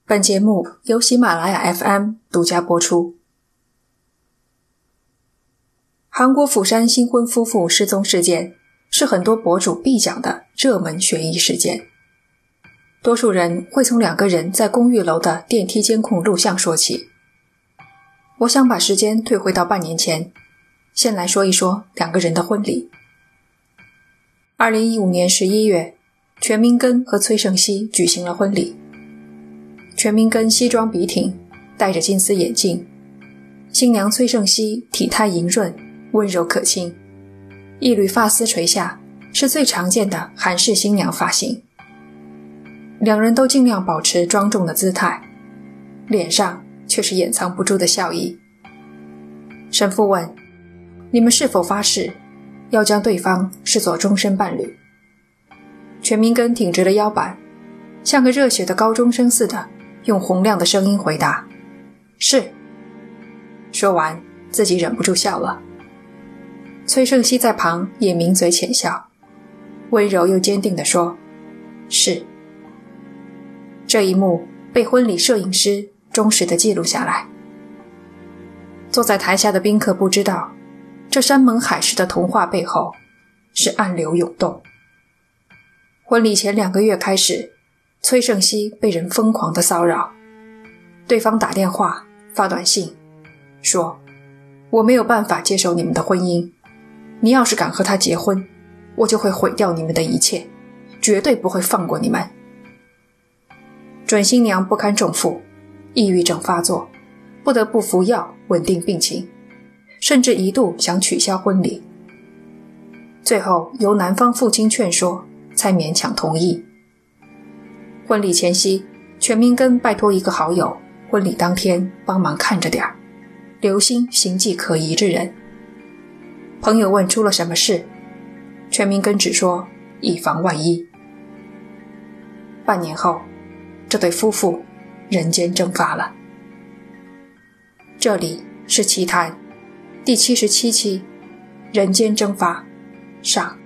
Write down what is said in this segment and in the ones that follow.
本节目由喜马拉雅 FM 独家播出。韩国釜山新婚夫妇失踪事件是很多博主必讲的热门悬疑事件。多数人会从两个人在公寓楼的电梯监控录像说起。我想把时间退回到半年前，先来说一说两个人的婚礼。2015年11月，全民根和崔胜熙举行了婚礼。全民根西装笔挺，戴着金丝眼镜，新娘崔胜熙体态莹润，温柔可亲，一缕发丝垂下，是最常见的韩式新娘发型。两人都尽量保持庄重的姿态，脸上却是掩藏不住的笑意。神父问：你们是否发誓要将对方视作终身伴侣？全民根挺直了腰板，像个热血的高中生似的用洪亮的声音回答：是。说完自己忍不住笑了。崔胜熙在旁也抿嘴浅笑，温柔又坚定地说：是。这一幕被婚礼摄影师忠实地记录下来。坐在台下的宾客不知道，这山盟海誓的童话背后是暗流涌动。婚礼前2个月开始，崔胜熙被人疯狂地骚扰，对方打电话发短信说：我没有办法接受你们的婚姻，你要是敢和他结婚，我就会毁掉你们的一切，绝对不会放过你们。准新娘不堪重负，抑郁症发作，不得不服药稳定病情，甚至一度想取消婚礼。最后由男方父亲劝说，才勉强同意。婚礼前夕，全民根拜托一个好友，婚礼当天帮忙看着点儿，留心形迹可疑之人。朋友问出了什么事，全民根只说以防万一。半年后，这对夫妇人间蒸发了。这里是奇谈第77期，人间蒸发上。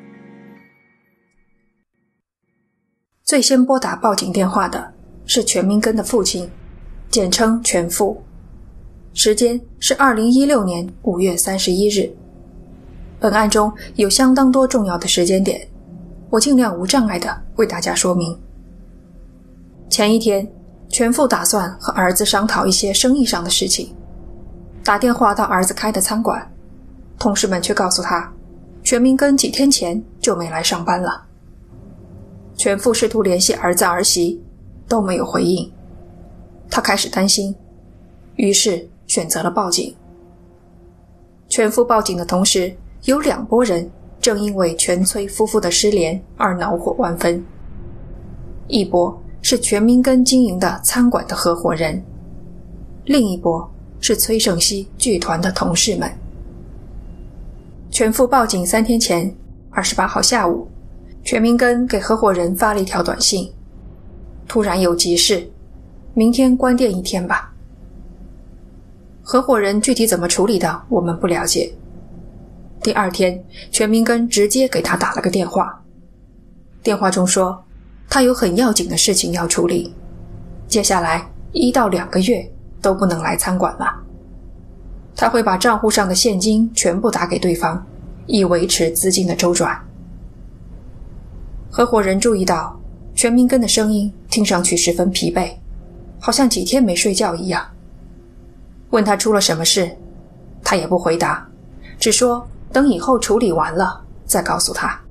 最先拨打报警电话的是全民根的父亲，简称全父，时间是2016年5月31日。本案中有相当多重要的时间点，我尽量无障碍地为大家说明。前一天，全父打算和儿子商讨一些生意上的事情，打电话到儿子开的餐馆，同事们却告诉他，全民根几天前就没来上班了。全父试图联系儿子儿媳，都没有回应。他开始担心，于是选择了报警。全父报警的同时，有2拨人正因为全崔夫妇的失联而恼火万分。一拨是全民根经营的餐馆的合伙人，另一拨是崔胜熙剧团的同事们。全父报警3天前，28号下午，全民根给合伙人发了一条短信：突然有急事，明天关店1天吧。合伙人具体怎么处理的我们不了解。第2天，全民根直接给他打了个电话，电话中说他有很要紧的事情要处理，接下来1到2个月都不能来餐馆了。他会把账户上的现金全部打给对方，以维持资金的周转。合伙人注意到全民根的声音听上去十分疲惫，好像几天没睡觉一样。问他出了什么事，他也不回答，只说等以后处理完了再告诉他。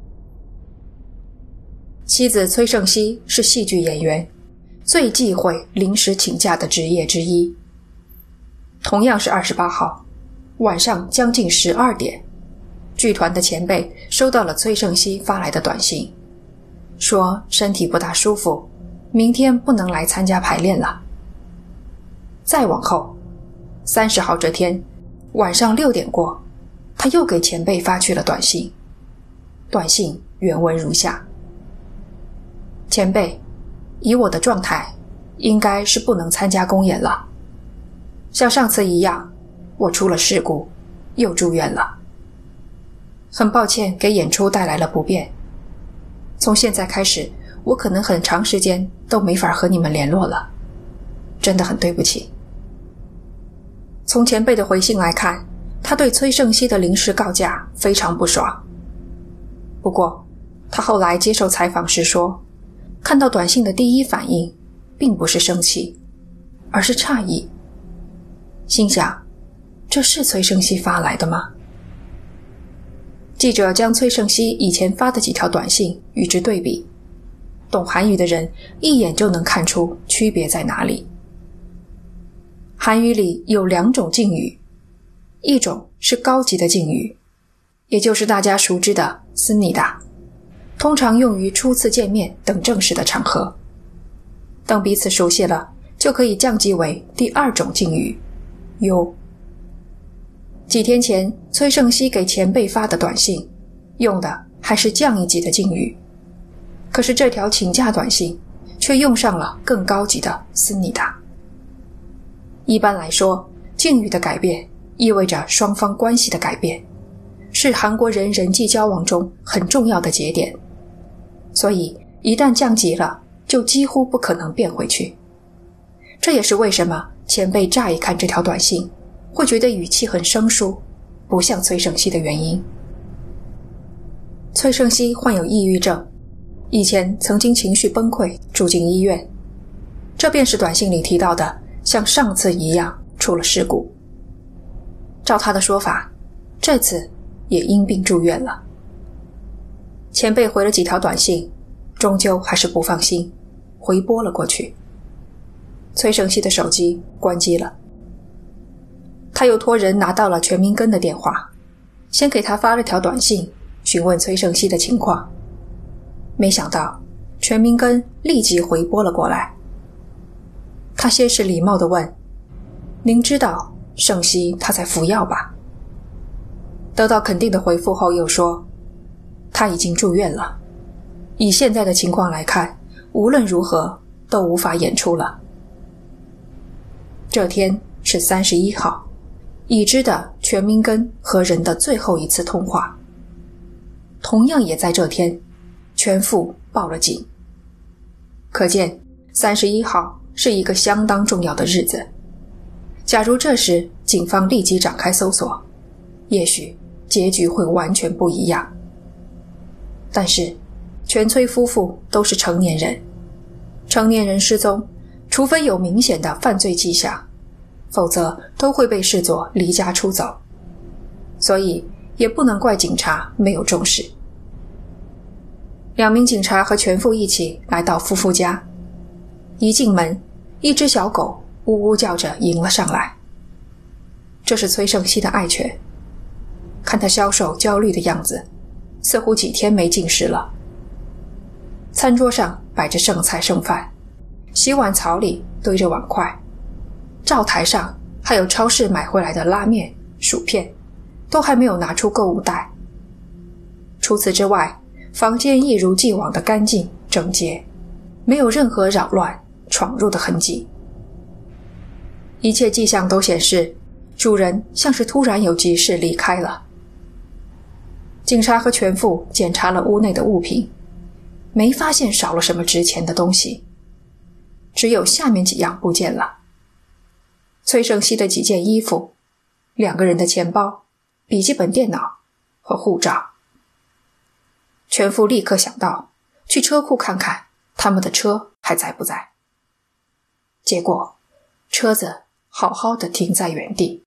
妻子崔胜熙是戏剧演员，最忌讳临时请假的职业之一。同样是28号晚上将近12点，剧团的前辈收到了崔胜熙发来的短信，说身体不大舒服，明天不能来参加排练了。再往后30号这天晚上6点过，他又给前辈发去了短信，短信原文如下：前辈，以我的状态应该是不能参加公演了，像上次一样，我出了事故又住院了，很抱歉给演出带来了不便，从现在开始我可能很长时间都没法和你们联络了， 真的很对不起。从前辈的回信来看，他对崔胜熙的临时告假非常不爽。不过他后来接受采访时说，看到短信的第一反应并不是生气，而是诧异，心想这是崔胜熙发来的吗？记者将崔胜熙以前发的几条短信与之对比，懂韩语的人一眼就能看出区别在哪里。韩语里有2种敬语，一种是高级的敬语，也就是大家熟知的斯尼达，通常用于初次见面等正式的场合。等彼此熟悉了，就可以降级为第2种敬语哟。几天前崔胜熙给前辈发的短信用的还是降一级的敬语，可是这条请假短信却用上了更高级的斯尼达。一般来说，敬语的改变意味着双方关系的改变，是韩国人人际交往中很重要的节点，所以一旦降级了，就几乎不可能变回去。这也是为什么前辈乍一看这条短信会觉得语气很生疏，不像崔胜熙的原因。崔胜熙患有抑郁症，以前曾经情绪崩溃住进医院，这便是短信里提到的像上次一样出了事故。照他的说法，这次也因病住院了。前辈回了几条短信，终究还是不放心，回拨了过去。崔胜熙的手机关机了，他又托人拿到了全民根的电话，先给他发了条短信询问崔胜熙的情况。没想到全民根立即回拨了过来。他先是礼貌地问，您知道胜熙他在服药吧？得到肯定的回复后又说，他已经住院了，以现在的情况来看，无论如何都无法演出了。这天是31号，已知的全民根和人的最后一次通话。同样也在这天，全父报了警。可见31号是一个相当重要的日子。假如这时警方立即展开搜索，也许结局会完全不一样。但是全崔夫妇都是成年人，成年人失踪，除非有明显的犯罪迹象，否则都会被视作离家出走，所以也不能怪警察没有重视。2名警察和全父一起来到夫妇家，一进门，一只小狗呜呜叫着迎了上来。这是崔胜熙的爱犬，看他消瘦焦虑的样子，似乎几天没进食了。餐桌上摆着剩菜剩饭，洗碗槽里堆着碗筷，灶台上还有超市买回来的拉面、薯片，都还没有拿出购物袋。除此之外，房间一如既往的干净整洁，没有任何扰乱闯入的痕迹。一切迹象都显示，主人像是突然有急事离开了。警察和全父检查了屋内的物品，没发现少了什么值钱的东西，只有下面几样不见了：崔胜熙的几件衣服、2个人的钱包、笔记本电脑和护照。全父立刻想到去车库看看他们的车还在不在，结果车子好好的停在原地。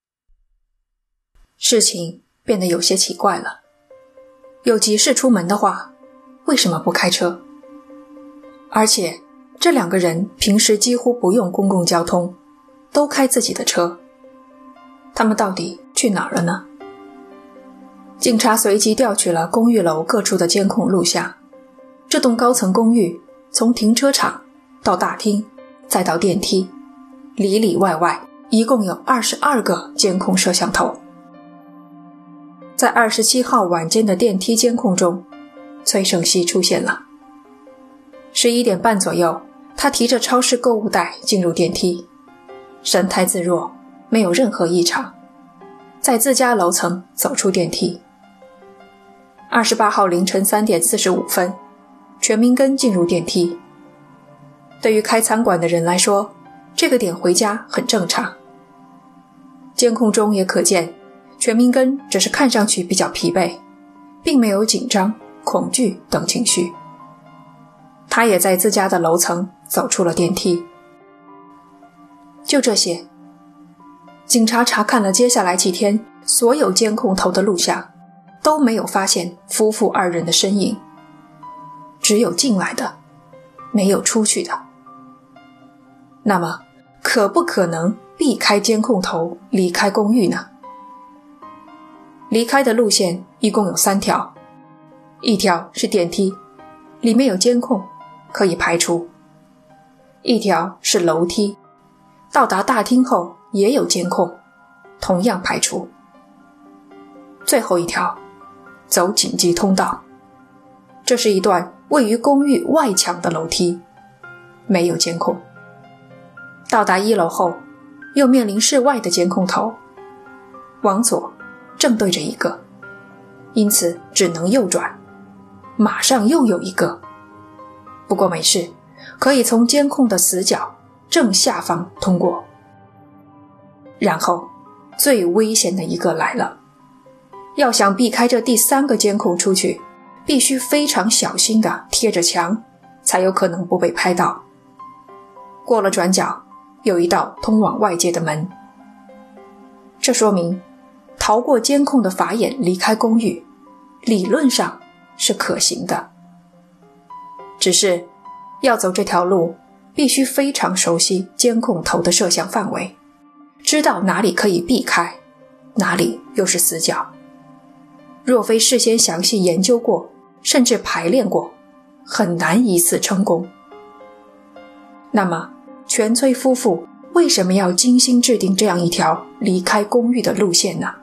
事情变得有些奇怪了，有急事出门的话，为什么不开车？而且这2个人平时几乎不用公共交通，都开自己的车，他们到底去哪儿了呢？警察随即调取了公寓楼各处的监控录像。这栋高层公寓从停车场到大厅再到电梯，里里外外一共有22个监控摄像头。在27号晚间的电梯监控中，崔胜熙出现了。11点半左右，他提着超市购物袋进入电梯，神态自若，没有任何异常，在自家楼层走出电梯。28号凌晨3点45分，全民根进入电梯。对于开餐馆的人来说， 这个点回家很正常。监控中也可见，全民根只是看上去比较疲惫，并没有紧张、恐惧等情绪。他也在自家的楼层走出了电梯。就这些，警察查看了接下来几天所有监控头的录像，都没有发现夫妇二人的身影，只有进来的，没有出去的。那么，可不可能避开监控头离开公寓呢？离开的路线一共有3条，一条是电梯，里面有监控，可以排除；一条是楼梯，到达大厅后也有监控，同样排除；最后一条，走紧急通道，这是一段位于公寓外墙的楼梯，没有监控。到达1楼后，又面临室外的监控头，往左正对着一个，因此只能右转，马上又有一个。不过没事，可以从监控的死角正下方通过。然后最危险的一个来了，要想避开这第3个监控出去，必须非常小心地贴着墙，才有可能不被拍到。过了转角，有一道通往外界的门，这说明逃过监控的法眼离开公寓，理论上是可行的。只是要走这条路，必须非常熟悉监控头的摄像范围，知道哪里可以避开，哪里又是死角。若非事先详细研究过，甚至排练过，很难一次成功。那么全崔夫妇为什么要精心制定这样一条离开公寓的路线呢？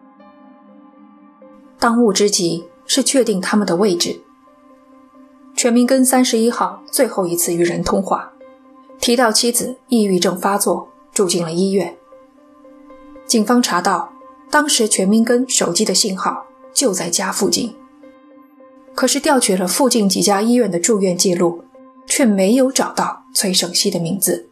当务之急是确定他们的位置。全民根31号最后一次与人通话，提到妻子抑郁症发作，住进了医院。警方查到，当时全民根手机的信号就在家附近，可是调取了附近几家医院的住院记录，却没有找到崔胜熙的名字。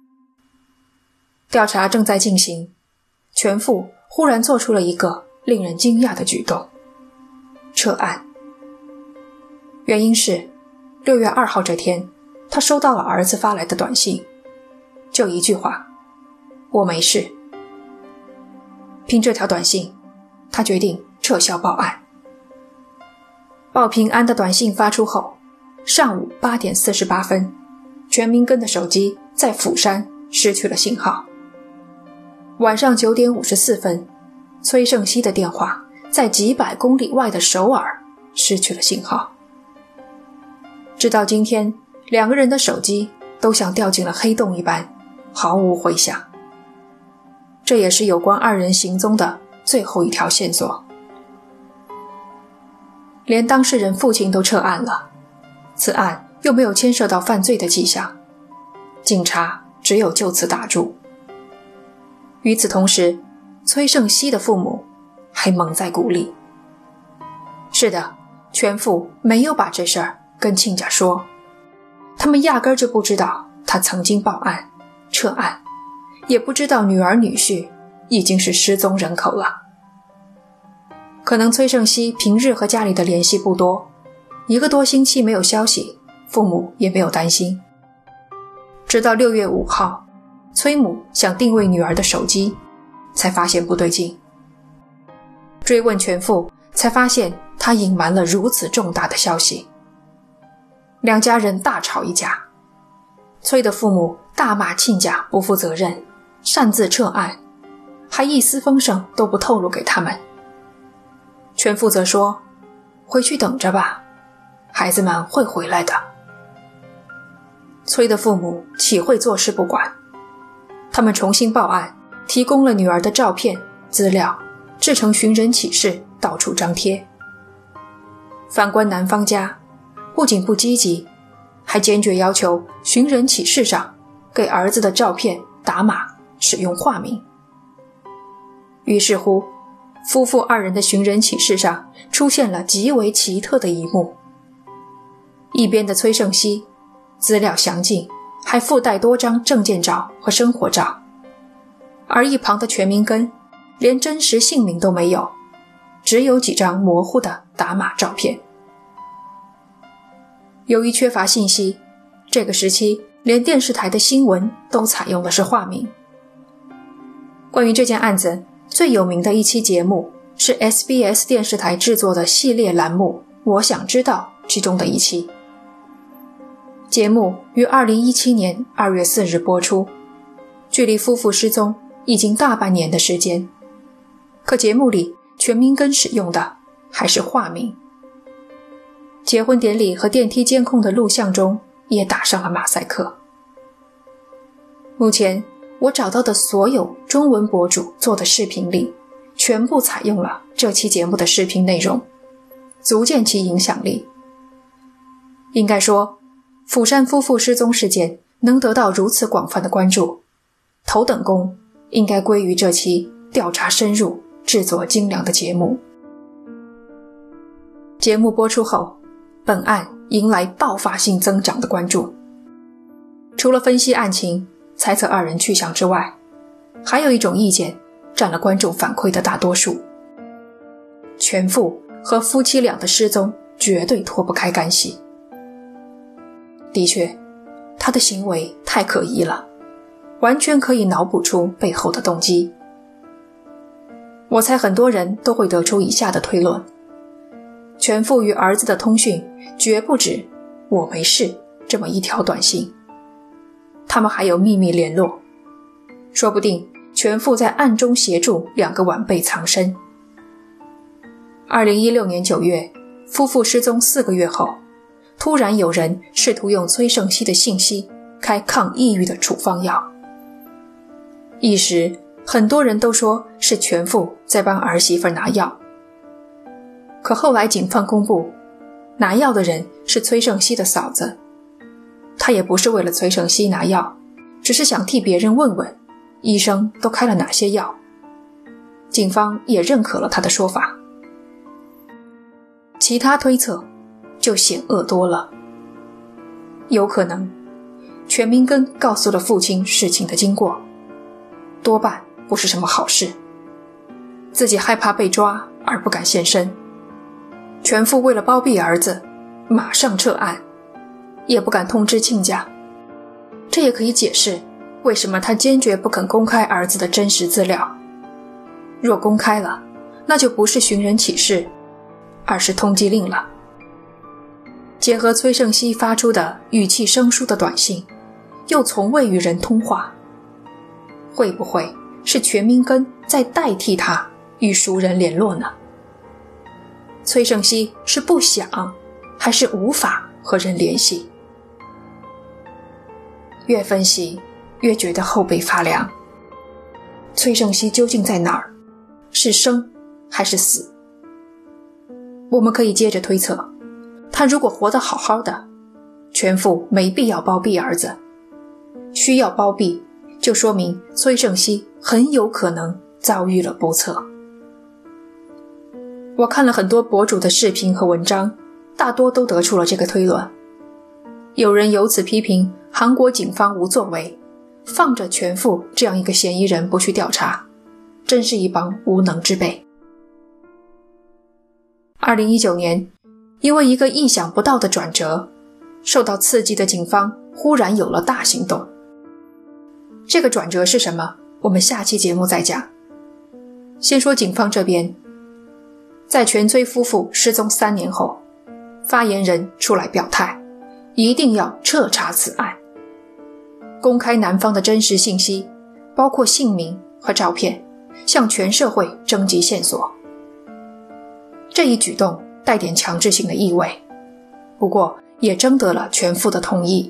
调查正在进行，全父忽然做出了一个令人惊讶的举动，撤案。原因是6月2号这天，他收到了儿子发来的短信，就一句话：我没事。凭这条短信，他决定撤销报案。报平安的短信发出后，上午8点48分，全民根的手机在釜山失去了信号。晚上9点54分，崔胜熙的电话在几百公里外的首尔失去了信号。直到今天，2个人的手机都像掉进了黑洞一般，毫无回响。这也是有关2人行踪的最后一条线索。连当事人父亲都撤案了，此案又没有牵涉到犯罪的迹象，警察只有就此打住。与此同时，崔胜熙的父母还蒙在鼓里。是的，全父没有把这事儿跟亲家说，他们压根就不知道他曾经报案、撤案，也不知道女儿女婿已经是失踪人口了。可能崔胜熙平日和家里的联系不多，1个多星期没有消息，父母也没有担心。直到6月5号，崔母想定位女儿的手机，才发现不对劲。追问全父，才发现他隐瞒了如此重大的消息。2家人大吵一架，崔的父母大骂亲家不负责任，擅自撤案，还一丝风声都不透露给他们。全父则说，回去等着吧，孩子们会回来的。崔的父母岂会坐视不管，他们重新报案，提供了女儿的照片、资料，制成寻人启事，到处张贴。反观男方家，不仅不积极，还坚决要求寻人启事上给儿子的照片打码，使用化名。于是乎，夫妇2人的寻人启事上出现了极为奇特的一幕。一边的崔胜熙资料详尽， 还附带多张证件照和生活照，而一旁的全民根连真实姓名都没有，只有几张模糊的打码照片。由于缺乏信息，这个时期连电视台的新闻都采用的是化名。关于这件案子最有名的一期节目是 SBS 电视台制作的系列栏目《我想知道》其中的一期。节目于2017年2月4日播出，距离夫妇失踪已经大半年的时间，可节目里全民根使用的还是化名。结婚典礼和电梯监控的录像中也打上了马赛克。目前我找到的所有中文博主做的视频里，全部采用了这期节目的视频内容，足见其影响力。应该说，釜山夫妇失踪事件能得到如此广泛的关注，头等功应该归于这期调查深入、制作精良的节目。节目播出后，本案迎来爆发性增长的关注。除了分析案情、猜测二人去向之外，还有一种意见占了观众反馈的大多数：全父和夫妻俩的失踪绝对脱不开干系。的确，他的行为太可疑了，完全可以脑补出背后的动机。我猜很多人都会得出以下的推论：全父与儿子的通讯绝不止“我没事”这么一条短信，他们还有秘密联络，说不定全父在暗中协助两个晚辈藏身。2016年9月，夫妇失踪4个月后，突然有人试图用崔胜熙的信息开抗抑郁的处方药。一时很多人都说是全父在帮儿媳妇拿药，可后来警方公布，拿药的人是崔胜熙的嫂子，她也不是为了崔胜熙拿药，只是想替别人问问医生都开了哪些药。警方也认可了她的说法。其他推测就险恶多了。有可能全民根告诉了父亲事情的经过，多半不是什么好事，自己害怕被抓而不敢现身，全父为了包庇儿子马上撤案，也不敢通知亲家。这也可以解释为什么他坚决不肯公开儿子的真实资料。若公开了，那就不是寻人启事，而是通缉令了。结合崔胜熙发出的语气生疏的短信，又从未与人通话，会不会是全民根在代替他与熟人联络呢？崔胜熙是不想还是无法和人联系？越分析越觉得后背发凉。崔胜熙究竟在哪儿？是生还是死？我们可以接着推测，他如果活得好好的，全父没必要包庇儿子，需要包庇就说明崔胜熙很有可能遭遇了不测。我看了很多博主的视频和文章，大多都得出了这个推论。有人由此批评韩国警方无作为，放着全父这样一个嫌疑人不去调查，真是一帮无能之辈。2019年，因为一个意想不到的转折，受到刺激的警方忽然有了大行动。这个转折是什么？我们下期节目再讲。先说警方这边，在全崔夫妇失踪3年后，发言人出来表态，一定要彻查此案，公开男方的真实信息，包括姓名和照片，向全社会征集线索。这一举动带点强制性的意味，不过也征得了全父的同意。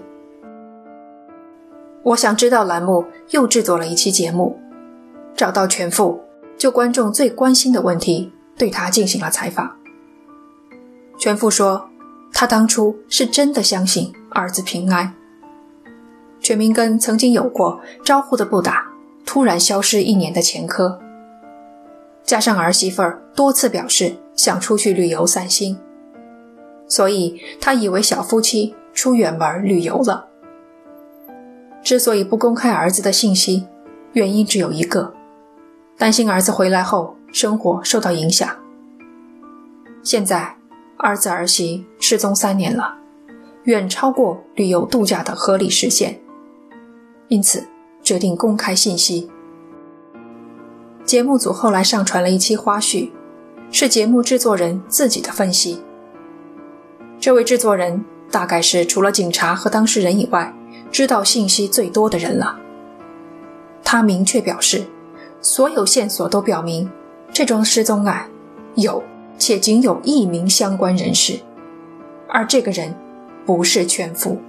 我想知道栏目又制作了一期节目，找到全父，就观众最关心的问题对他进行了采访。全父说，他当初是真的相信儿子平安。全民根曾经有过招呼的不打，突然消失1年的前科，加上儿媳妇儿多次表示想出去旅游散心，所以他以为小夫妻出远门旅游了。 之所以不公开儿子的信息，原因只有一个，担心儿子回来后生活受到影响。现在儿子儿媳失踪3年了，远超过旅游度假的合理时限，因此决定公开信息。节目组后来上传了一期花絮，是节目制作人自己的分析。这位制作人大概是除了警察和当事人以外，知道信息最多的人了。他明确表示，所有线索都表明这桩失踪案有且仅有1名相关人士，而这个人不是全福。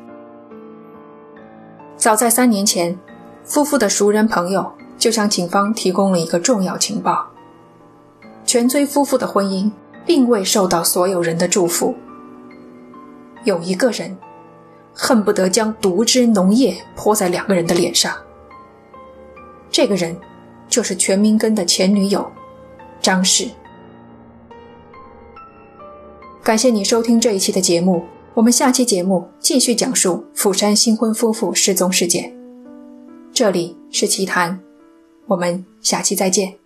早在3年前，夫妇的熟人朋友就向警方提供了一个重要情报：全崔夫妇的婚姻并未受到所有人的祝福，有一个人恨不得将毒汁浓液泼在2个人的脸上。这个人就是全民根的前女友张氏。感谢你收听这一期的节目，我们下期节目继续讲述釜山新婚夫妇失踪事件。这里是奇谈，我们下期再见。